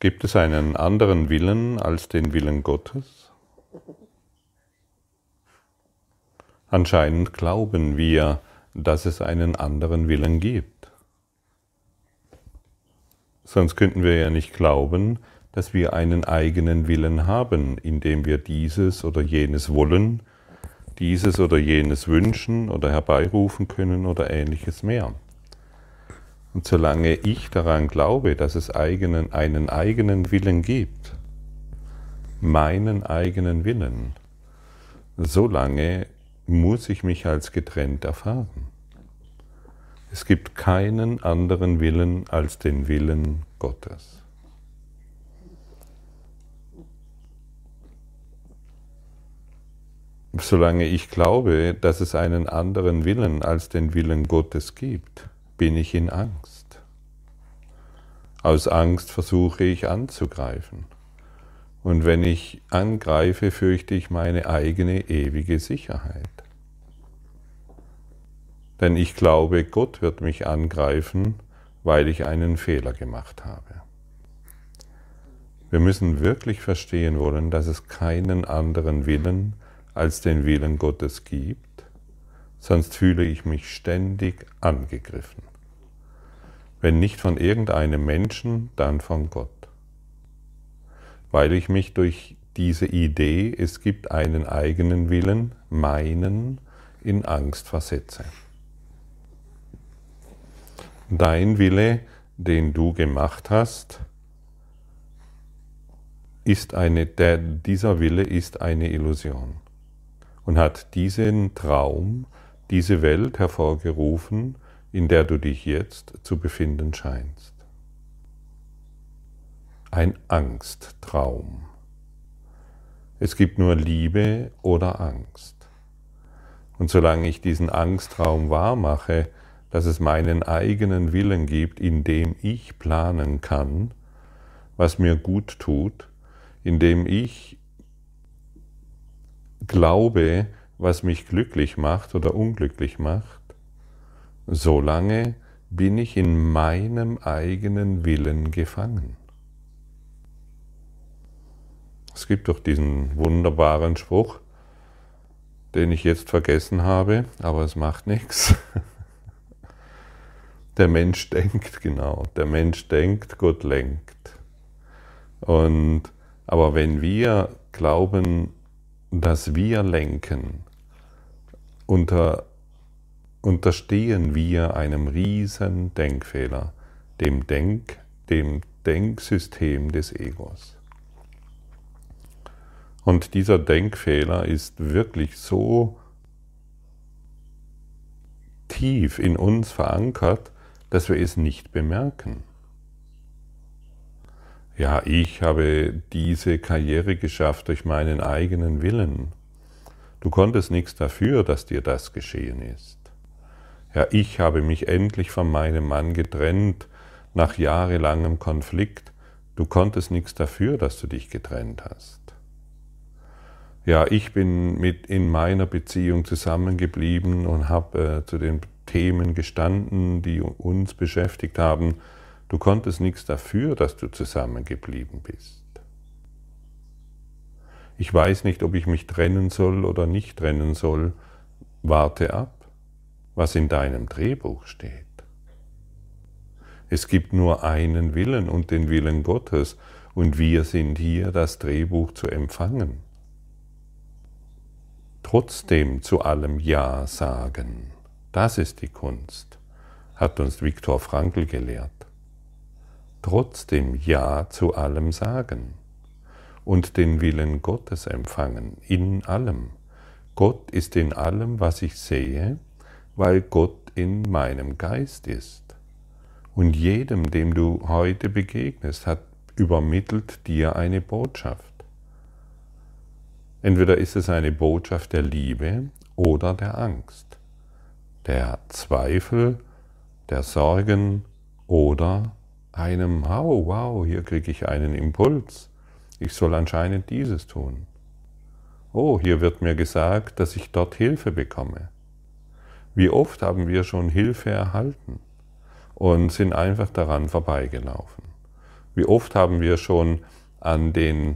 Gibt es einen anderen Willen als den Willen Gottes? Anscheinend glauben wir, dass es einen anderen Willen gibt. Sonst könnten wir ja nicht glauben, dass wir einen eigenen Willen haben, indem wir dieses oder jenes wollen, dieses oder jenes wünschen oder herbeirufen können oder ähnliches mehr. Und solange ich daran glaube, dass es einen eigenen Willen gibt, meinen eigenen Willen, solange muss ich mich als getrennt erfahren. Es gibt keinen anderen Willen als den Willen Gottes. Solange ich glaube, dass es einen anderen Willen als den Willen Gottes gibt, bin ich in Angst. Aus Angst versuche ich anzugreifen. Und wenn ich angreife, fürchte ich meine eigene ewige Sicherheit. Denn ich glaube, Gott wird mich angreifen, weil ich einen Fehler gemacht habe. Wir müssen wirklich verstehen wollen, dass es keinen anderen Willen als den Willen Gottes gibt, sonst fühle ich mich ständig angegriffen. Wenn nicht von irgendeinem Menschen, dann von Gott. Weil ich mich durch diese Idee, es gibt einen eigenen Willen, meinen, in Angst versetze. Dein Wille, den du gemacht hast, dieser Wille ist eine Illusion und hat diesen Traum, diese Welt hervorgerufen, in der du dich jetzt zu befinden scheinst. Ein Angsttraum. Es gibt nur Liebe oder Angst. Und solange ich diesen Angsttraum wahrmache, dass es meinen eigenen Willen gibt, in dem ich planen kann, was mir gut tut, in dem ich glaube, was mich glücklich macht oder unglücklich macht, solange bin ich in meinem eigenen Willen gefangen. Es gibt doch diesen wunderbaren Spruch, den ich jetzt vergessen habe, aber es macht nichts. Der Mensch denkt, genau, der Mensch denkt, Gott lenkt. Aber wenn wir glauben, dass wir lenken, unterstehen wir einem riesen Denkfehler, dem Denksystem des Egos. Und dieser Denkfehler ist wirklich so tief in uns verankert, dass wir es nicht bemerken. Ja, ich habe diese Karriere geschafft durch meinen eigenen Willen. Du konntest nichts dafür, dass dir das geschehen ist. Ja, ich habe mich endlich von meinem Mann getrennt nach jahrelangem Konflikt. Du konntest nichts dafür, dass du dich getrennt hast. Ja, ich bin in meiner Beziehung zusammengeblieben und habe zu den Themen gestanden, die uns beschäftigt haben. Du konntest nichts dafür, dass du zusammengeblieben bist. Ich weiß nicht, ob ich mich trennen soll oder nicht trennen soll. Warte ab, was in deinem Drehbuch steht. Es gibt nur einen Willen und den Willen Gottes, und wir sind hier, das Drehbuch zu empfangen. Trotzdem zu allem Ja sagen. Das ist die Kunst, hat uns Viktor Frankl gelehrt. Trotzdem Ja zu allem sagen und den Willen Gottes empfangen, in allem. Gott ist in allem, was ich sehe, weil Gott in meinem Geist ist. Und jedem, dem du heute begegnest, hat übermittelt dir eine Botschaft. Entweder ist es eine Botschaft der Liebe oder der Angst, der Zweifel, der Sorgen oder einem, oh wow, hier kriege ich einen Impuls, ich soll anscheinend dieses tun. Oh, hier wird mir gesagt, dass ich dort Hilfe bekomme. Wie oft haben wir schon Hilfe erhalten und sind einfach daran vorbeigelaufen. Wie oft haben wir schon an den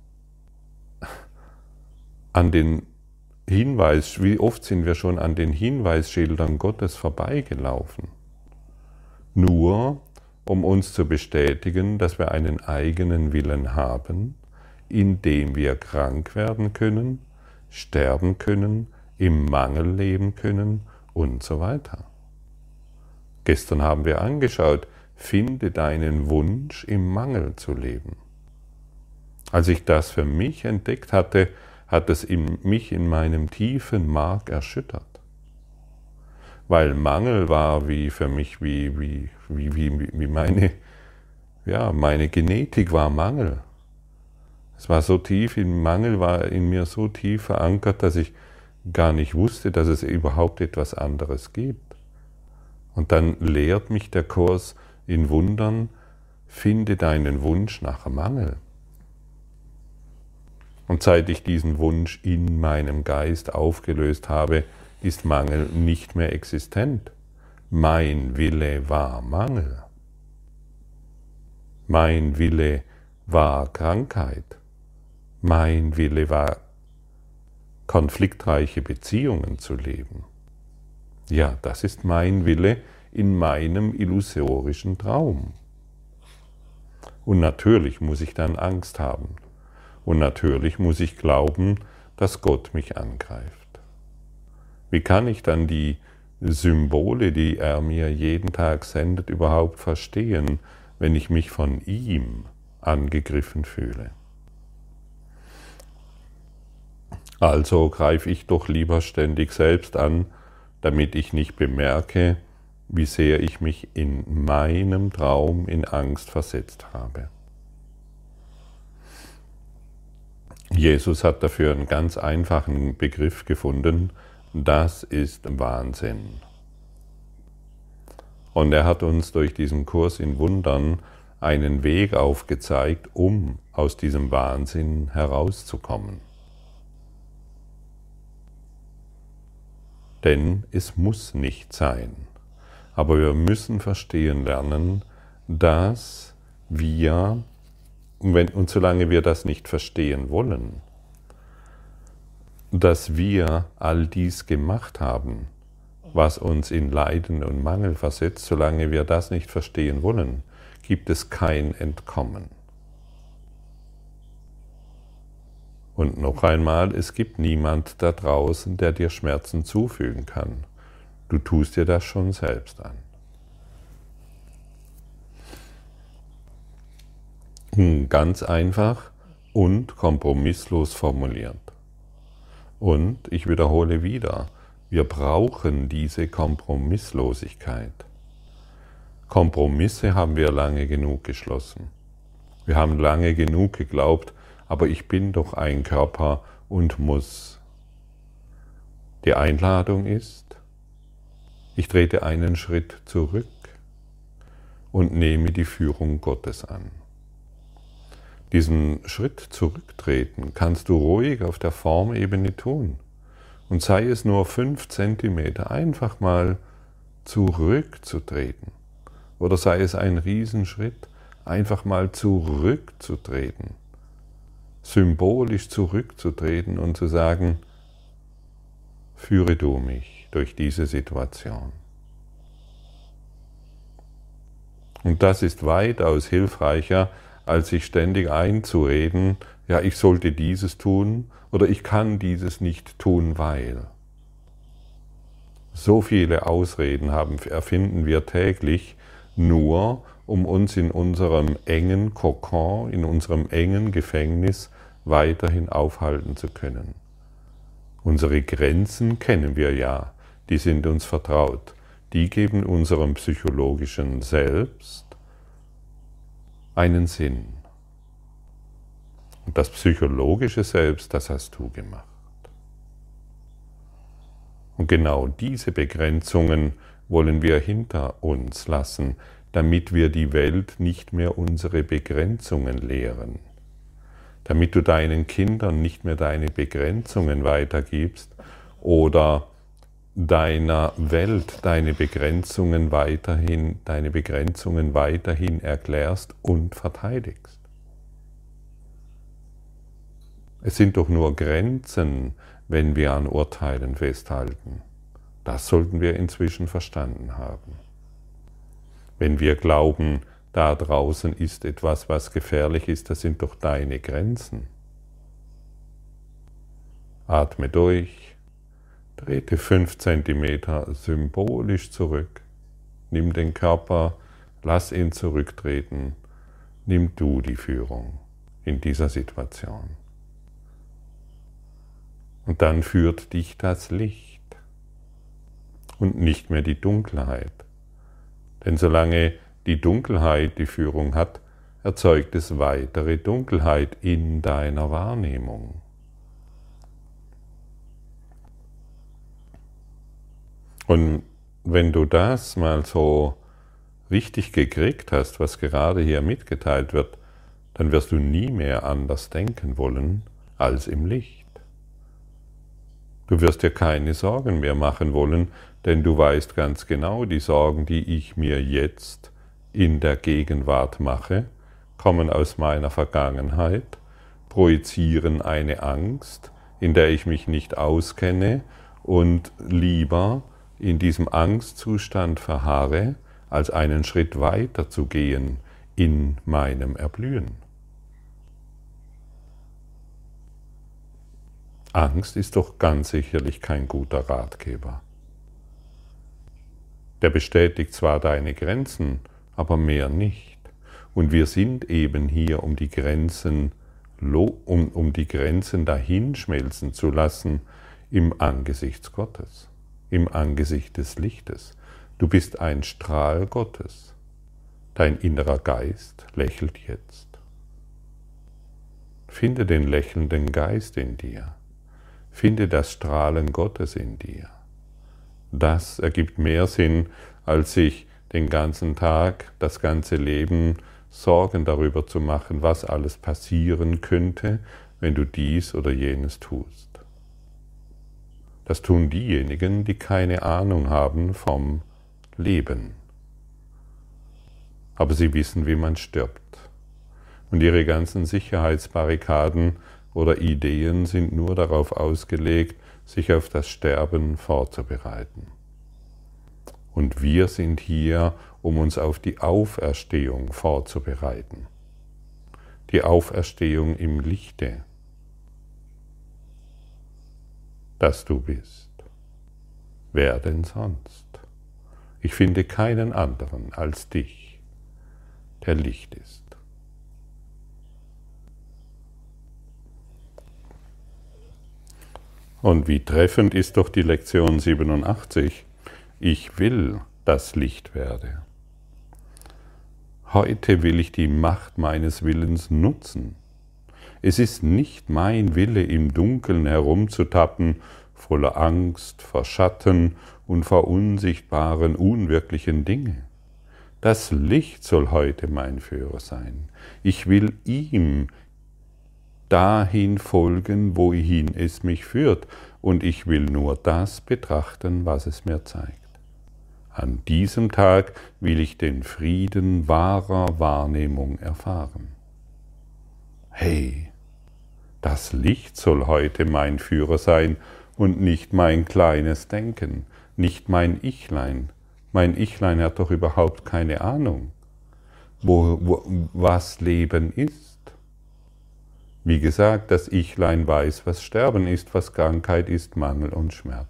wie oft sind wir schon an den Hinweisschildern Gottes vorbeigelaufen? Nur um uns zu bestätigen, dass wir einen eigenen Willen haben, in dem wir krank werden können, sterben können, im Mangel leben können und so weiter. Gestern haben wir angeschaut, finde deinen Wunsch, im Mangel zu leben. Als ich das für mich entdeckt hatte, hat es mich in meinem tiefen Mark erschüttert. Weil Mangel war für mich wie meine Genetik war Mangel. Es war so tief, Mangel war in mir so tief verankert, dass ich gar nicht wusste, dass es überhaupt etwas anderes gibt. Und dann lehrt mich der Kurs in Wundern, finde deinen Wunsch nach Mangel. Und seit ich diesen Wunsch in meinem Geist aufgelöst habe, ist Mangel nicht mehr existent. Mein Wille war Mangel. Mein Wille war Krankheit. Mein Wille war, konfliktreiche Beziehungen zu leben. Ja, das ist mein Wille in meinem illusorischen Traum. Und natürlich muss ich dann Angst haben. Und natürlich muss ich glauben, dass Gott mich angreift. Wie kann ich dann die Symbole, die er mir jeden Tag sendet, überhaupt verstehen, wenn ich mich von ihm angegriffen fühle? Also greife ich doch lieber ständig selbst an, damit ich nicht bemerke, wie sehr ich mich in meinem Traum in Angst versetzt habe. Jesus hat dafür einen ganz einfachen Begriff gefunden, das ist Wahnsinn. Und er hat uns durch diesen Kurs in Wundern einen Weg aufgezeigt, um aus diesem Wahnsinn herauszukommen. Denn es muss nicht sein. Aber wir müssen verstehen lernen, dass wir, und solange wir das nicht verstehen wollen, dass wir all dies gemacht haben, was uns in Leiden und Mangel versetzt, solange wir das nicht verstehen wollen, gibt es kein Entkommen. Und noch einmal, es gibt niemand da draußen, der dir Schmerzen zufügen kann. Du tust dir das schon selbst an. Ganz einfach und kompromisslos formuliert. Und ich wiederhole wieder, wir brauchen diese Kompromisslosigkeit. Kompromisse haben wir lange genug geschlossen. Wir haben lange genug geglaubt, aber ich bin doch ein Körper und muss. Die Einladung ist, ich trete einen Schritt zurück und nehme die Führung Gottes an. Diesen Schritt zurücktreten kannst du ruhig auf der Formebene tun. Und sei es nur 5 Zentimeter, einfach mal zurückzutreten. Oder sei es ein Riesenschritt, einfach mal zurückzutreten. Symbolisch zurückzutreten und zu sagen, führe du mich durch diese Situation. Und das ist weitaus hilfreicher, als sich ständig einzureden, ja, ich sollte dieses tun oder ich kann dieses nicht tun, weil. So viele Ausreden erfinden wir täglich, nur um uns in unserem engen Kokon, in unserem engen Gefängnis weiterhin aufhalten zu können. Unsere Grenzen kennen wir ja, die sind uns vertraut. Die geben unserem psychologischen Selbst einen Sinn. Und das psychologische Selbst, das hast du gemacht. Und genau diese Begrenzungen wollen wir hinter uns lassen, damit wir die Welt nicht mehr unsere Begrenzungen lehren. Damit du deinen Kindern nicht mehr deine Begrenzungen weitergibst oder deiner Welt deine Begrenzungen weiterhin erklärst und verteidigst. Es sind doch nur Grenzen, wenn wir an Urteilen festhalten. Das sollten wir inzwischen verstanden haben. Wenn wir glauben, da draußen ist etwas, was gefährlich ist, das sind doch deine Grenzen. Atme durch, trete 5 Zentimeter symbolisch zurück. Nimm den Körper, lass ihn zurücktreten. Nimm du die Führung in dieser Situation. Und dann führt dich das Licht und nicht mehr die Dunkelheit. Denn solange die Dunkelheit die Führung hat, erzeugt es weitere Dunkelheit in deiner Wahrnehmung. Und wenn du das mal so richtig gekriegt hast, was gerade hier mitgeteilt wird, dann wirst du nie mehr anders denken wollen als im Licht. Du wirst dir keine Sorgen mehr machen wollen, denn du weißt ganz genau, die Sorgen, die ich mir jetzt in der Gegenwart mache, kommen aus meiner Vergangenheit, projizieren eine Angst, in der ich mich nicht auskenne und lieber in diesem Angstzustand verharre, als einen Schritt weiter zu gehen in meinem Erblühen. Angst ist doch ganz sicherlich kein guter Ratgeber. Der bestätigt zwar deine Grenzen, aber mehr nicht. Und wir sind eben hier, um die Grenzen dahinschmelzen zu lassen im Angesicht Gottes, im Angesicht des Lichtes. Du bist ein Strahl Gottes. Dein innerer Geist lächelt jetzt. Finde den lächelnden Geist in dir. Finde das Strahlen Gottes in dir. Das ergibt mehr Sinn, als sich den ganzen Tag, das ganze Leben Sorgen darüber zu machen, was alles passieren könnte, wenn du dies oder jenes tust. Das tun diejenigen, die keine Ahnung haben vom Leben. Aber sie wissen, wie man stirbt. Und ihre ganzen Sicherheitsbarrikaden oder Ideen sind nur darauf ausgelegt, sich auf das Sterben vorzubereiten. Und wir sind hier, um uns auf die Auferstehung vorzubereiten. Die Auferstehung im Lichte, das du bist. Wer denn sonst? Ich finde keinen anderen als dich, der Licht ist. Und wie treffend ist doch die Lektion 87. Ich will das Licht werde. Heute will ich die Macht meines Willens nutzen. Es ist nicht mein Wille, im Dunkeln herumzutappen, voller Angst vor Schatten und vor unsichtbaren, unwirklichen Dinge. Das Licht soll heute mein Führer sein. Ich will ihm dahin folgen, wohin es mich führt, und ich will nur das betrachten, was es mir zeigt. An diesem Tag will ich den Frieden wahrer Wahrnehmung erfahren. Hey, das Licht soll heute mein Führer sein und nicht mein kleines Denken, nicht mein Ichlein. Mein Ichlein hat doch überhaupt keine Ahnung, was Leben ist. Wie gesagt, das Ichlein weiß, was Sterben ist, was Krankheit ist, Mangel und Schmerz.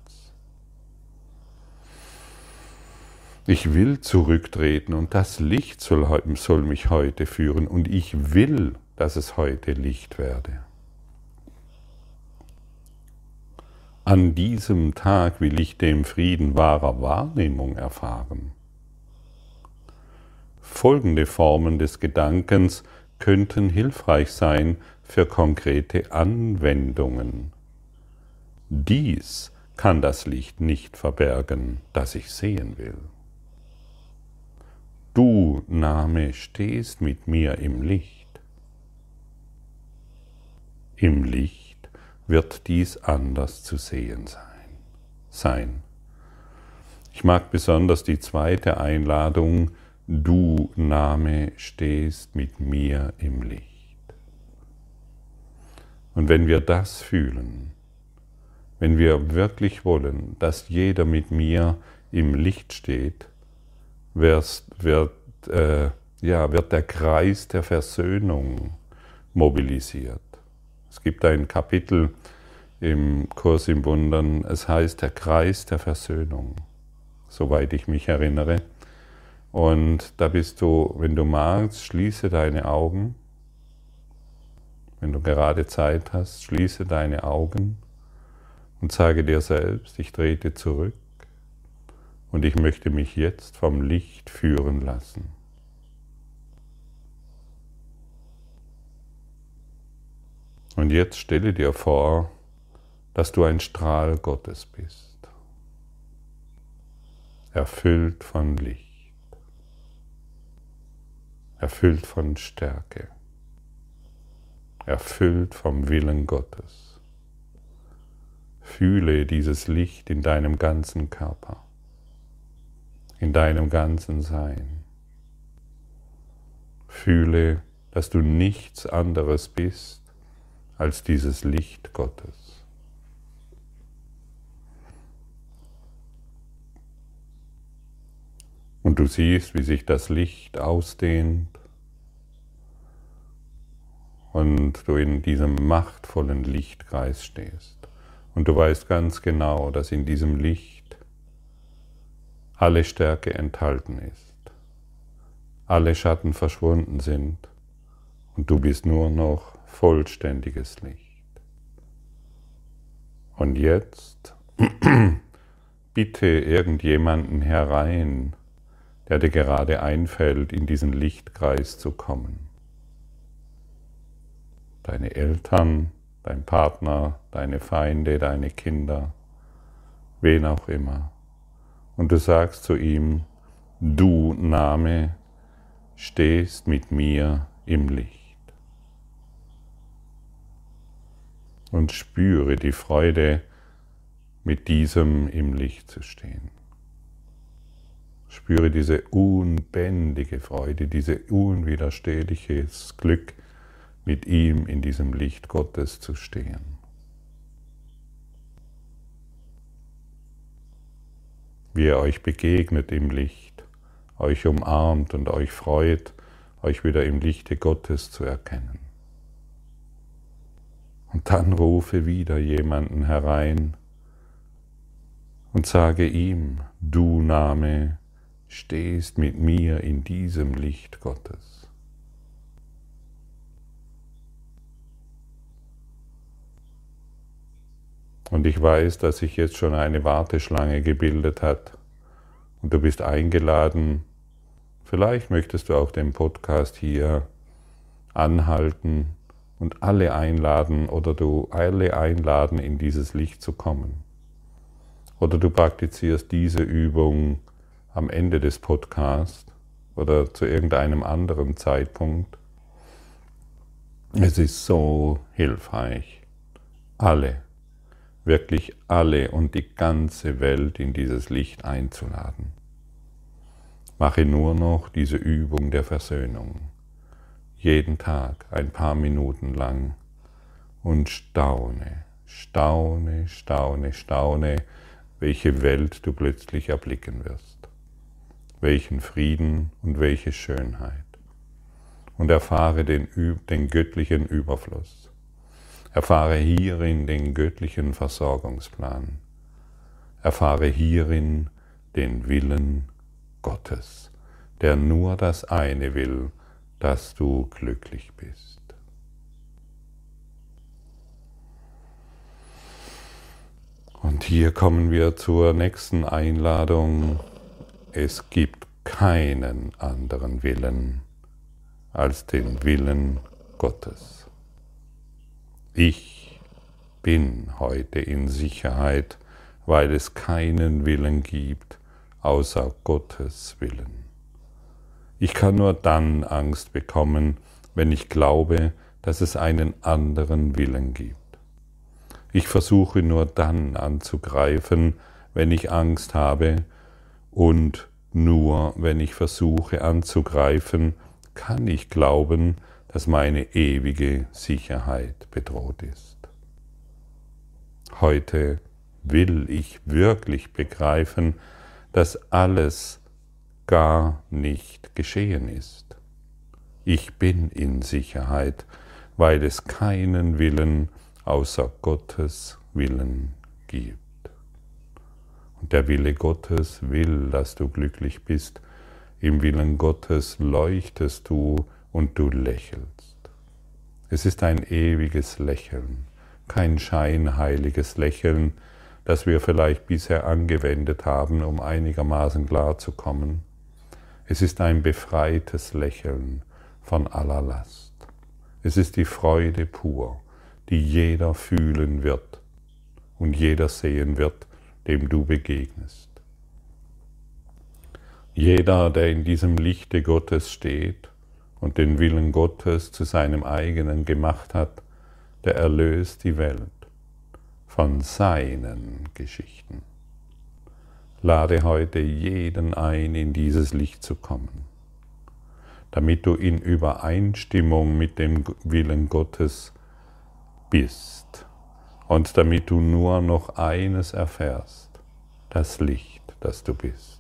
Ich will zurücktreten und das Licht soll mich heute führen und ich will, dass es heute Licht werde. An diesem Tag will ich den Frieden wahrer Wahrnehmung erfahren. Folgende Formen des Gedankens könnten hilfreich sein für konkrete Anwendungen. Dies kann das Licht nicht verbergen, das ich sehen will. Du, Name, stehst mit mir im Licht. Im Licht wird dies anders zu sehen sein. Ich mag besonders die zweite Einladung, du Name stehst mit mir im Licht. Und wenn wir das fühlen, wenn wir wirklich wollen, dass jeder mit mir im Licht steht, wird der Kreis der Versöhnung mobilisiert. Es gibt ein Kapitel im Kurs im Wundern, es heißt der Kreis der Versöhnung, soweit ich mich erinnere. Und da bist du, wenn du magst, schließe deine Augen. Wenn du gerade Zeit hast, schließe deine Augen und sage dir selbst, ich trete zurück und ich möchte mich jetzt vom Licht führen lassen. Und jetzt stelle dir vor, dass du ein Strahl Gottes bist, erfüllt von Licht, erfüllt von Stärke, erfüllt vom Willen Gottes. Fühle dieses Licht in deinem ganzen Körper, in deinem ganzen Sein. Fühle, dass du nichts anderes bist als dieses Licht Gottes. Und du siehst, wie sich das Licht ausdehnt und du in diesem machtvollen Lichtkreis stehst. Und du weißt ganz genau, dass in diesem Licht alle Stärke enthalten ist, alle Schatten verschwunden sind und du bist nur noch vollständiges Licht. Und jetzt bitte irgendjemanden herein, der dir gerade einfällt, in diesen Lichtkreis zu kommen. Deine Eltern, dein Partner, deine Feinde, deine Kinder, wen auch immer. Und du sagst zu ihm, du Name, stehst mit mir im Licht. Und spüre die Freude, mit diesem im Licht zu stehen. Spüre diese unbändige Freude, diese unwiderstehliches Glück, mit ihm in diesem Licht Gottes zu stehen. Wie er euch begegnet im Licht, euch umarmt und euch freut, euch wieder im Lichte Gottes zu erkennen. Und dann rufe wieder jemanden herein und sage ihm, du Name, stehst mit mir in diesem Licht Gottes. Und ich weiß, dass sich jetzt schon eine Warteschlange gebildet hat und du bist eingeladen. Vielleicht möchtest du auch den Podcast hier anhalten und alle einladen in dieses Licht zu kommen. Oder du praktizierst diese Übung am Ende des Podcasts oder zu irgendeinem anderen Zeitpunkt. Es ist so hilfreich, wirklich alle und die ganze Welt in dieses Licht einzuladen. Mache nur noch diese Übung der Versöhnung, jeden Tag ein paar Minuten lang und staune, staune, staune, staune, welche Welt du plötzlich erblicken wirst, welchen Frieden und welche Schönheit. Und erfahre den göttlichen Überfluss. Erfahre hierin den göttlichen Versorgungsplan. Erfahre hierin den Willen Gottes, der nur das eine will, dass du glücklich bist. Und hier kommen wir zur nächsten Einladung. Es gibt keinen anderen Willen als den Willen Gottes. Ich bin heute in Sicherheit, weil es keinen Willen gibt, außer Gottes Willen. Ich kann nur dann Angst bekommen, wenn ich glaube, dass es einen anderen Willen gibt. Ich versuche nur dann anzugreifen, wenn ich Angst habe, Und nur wenn ich versuche anzugreifen, kann ich glauben, dass meine ewige Sicherheit bedroht ist. Heute will ich wirklich begreifen, dass alles gar nicht geschehen ist. Ich bin in Sicherheit, weil es keinen Willen außer Gottes Willen gibt. Und der Wille Gottes will, dass du glücklich bist. Im Willen Gottes leuchtest du und du lächelst. Es ist ein ewiges Lächeln, kein scheinheiliges Lächeln, das wir vielleicht bisher angewendet haben, um einigermaßen klarzukommen. Es ist ein befreites Lächeln von aller Last. Es ist die Freude pur, die jeder fühlen wird und jeder sehen wird, dem du begegnest. Jeder, der in diesem Lichte Gottes steht und den Willen Gottes zu seinem eigenen gemacht hat, der erlöst die Welt von seinen Geschichten. Lade heute jeden ein, in dieses Licht zu kommen, damit du in Übereinstimmung mit dem Willen Gottes bist und damit du nur noch eines erfährst, das Licht, das du bist.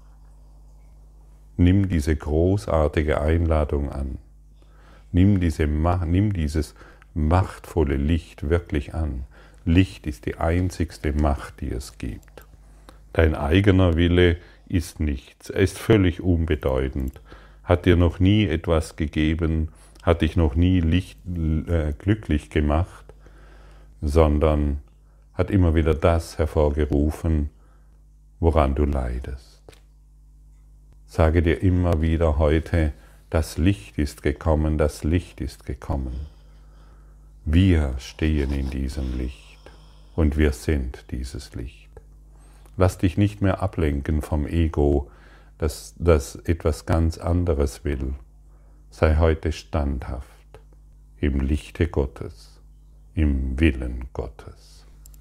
Nimm diese großartige Einladung an. Nimm dieses machtvolle Licht wirklich an. Licht ist die einzigste Macht, die es gibt. Dein eigener Wille ist nichts, er ist völlig unbedeutend, hat dir noch nie etwas gegeben, hat dich noch nie glücklich gemacht, sondern hat immer wieder das hervorgerufen, woran du leidest. Sage dir immer wieder heute, das Licht ist gekommen, das Licht ist gekommen. Wir stehen in diesem Licht und wir sind dieses Licht. Lass dich nicht mehr ablenken vom Ego, das etwas ganz anderes will. Sei heute standhaft im Lichte Gottes, im Willen Gottes.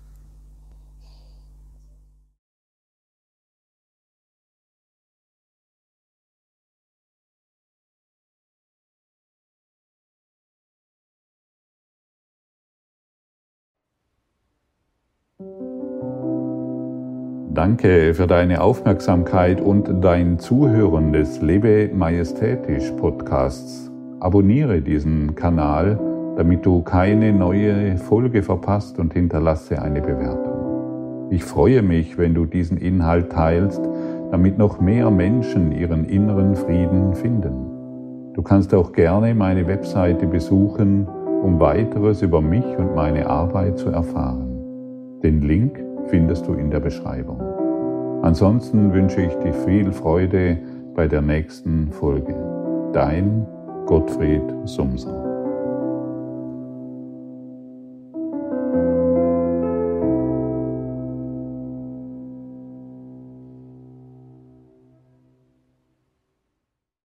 Danke für deine Aufmerksamkeit und dein Zuhören des Lebe Majestätisch Podcasts. Abonniere diesen Kanal, damit du keine neue Folge verpasst, und hinterlasse eine Bewertung. Ich freue mich, wenn du diesen Inhalt teilst, damit noch mehr Menschen ihren inneren Frieden finden. Du kannst auch gerne meine Webseite besuchen, um weiteres über mich und meine Arbeit zu erfahren. Den Link findest du in der Beschreibung. Ansonsten wünsche ich dir viel Freude bei der nächsten Folge. Dein Gottfried Sumser.